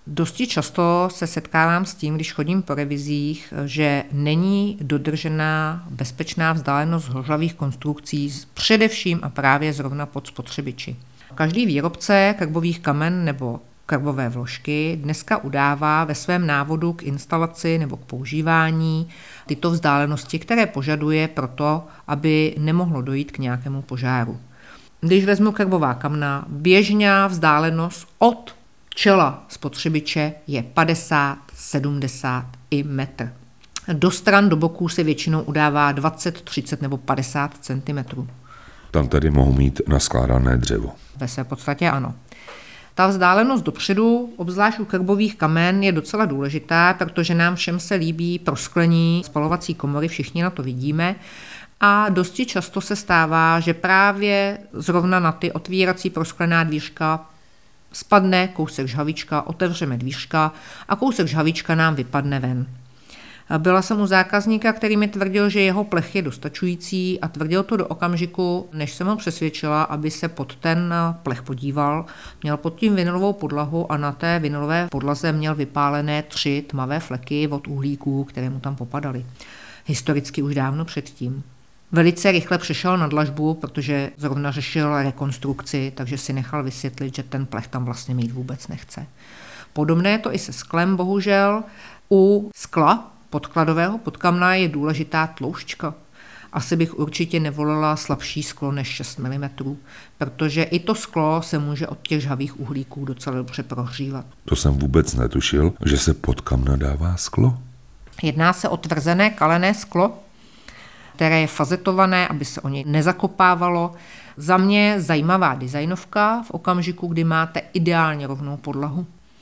Dosti často se setkávám s tím, když chodím po revizích, že není dodržená bezpečná vzdálenost hořlavých konstrukcí, především a právě zrovna pod spotřebiči. Každý výrobce krbových kamen nebo krbové vložky dneska udává ve svém návodu k instalaci nebo k používání tyto vzdálenosti, které požaduje proto, aby nemohlo dojít k nějakému požáru. Když vezmu krbová kamna, běžná vzdálenost od čela spotřebiče je 50, 70 i metr. Do stran, do boků se většinou udává 20, 30 nebo 50 cm. Tam tedy mohou mít naskládané dřevo. Ve své podstatě ano. Ta vzdálenost dopředu, obzvlášť u krbových kamen, je docela důležitá, protože nám všem se líbí prosklení spalovací komory, všichni na to vidíme. A dosti často se stává, že právě zrovna na ty otvírací prosklená dvířka spadne kousek žhavička, otevřeme dvířka a kousek žhavička nám vypadne ven. Byla jsem u zákazníka, který mi tvrdil, že jeho plech je dostačující a tvrdil to do okamžiku, než jsem ho přesvědčila, aby se pod ten plech podíval. Měl pod tím vinylovou podlahu a na té vinylové podlaze měl vypálené 3 tmavé fleky od uhlíků, které mu tam popadaly. Historicky už dávno předtím. Velice rychle přešel na dlažbu, protože zrovna řešil rekonstrukci, takže si nechal vysvětlit, že ten plech tam vlastně mít vůbec nechce. Podobné je to i se sklem, bohužel. U skla podkladového podkamna je důležitá tloušťka. Asi bych určitě nevolila slabší sklo než 6 mm, protože i to sklo se může od těch žhavých uhlíků docela dobře prohřívat. To jsem vůbec netušil, že se pod kamna dává sklo. Jedná se o tvrzené kalené sklo, které je fazetované, aby se o něj nezakopávalo. Za mě zajímavá designovka v okamžiku, kdy máte ideálně rovnou podlahu.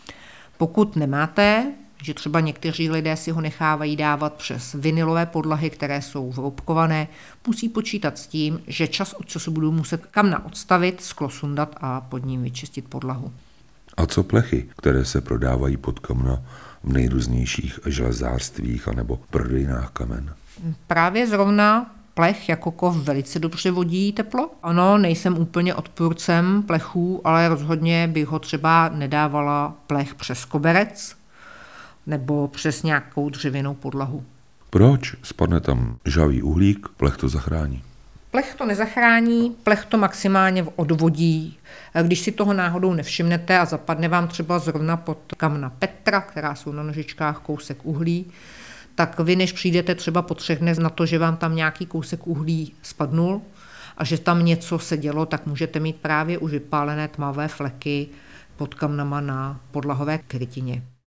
Pokud nemáte, že třeba někteří lidé si ho nechávají dávat přes vinylové podlahy, které jsou vroubkované, musí počítat s tím, že čas od času budou muset kamna odstavit, sklo sundat a pod ním vyčistit podlahu. A co plechy, které se prodávají pod kamna v nejrůznějších železářstvích anebo prodejnách kamen? Právě zrovna plech jako kov velice dobře vodí teplo. Ano, nejsem úplně odpůrcem plechů, ale rozhodně bych ho třeba nedávala plech přes koberec nebo přes nějakou dřevěnou podlahu. Proč? Spadne tam žhavý uhlík, plech to zachrání. Plech to nezachrání, plech to maximálně odvodí. Když si toho náhodou nevšimnete a zapadne vám třeba zrovna pod kamna Petra, která jsou na nožičkách kousek uhlí, tak vy, než přijdete třeba po 3 dnech na to, že vám tam nějaký kousek uhlí spadnul a že tam něco se dělo, tak můžete mít právě už vypálené tmavé fleky pod kamnama na podlahové krytině.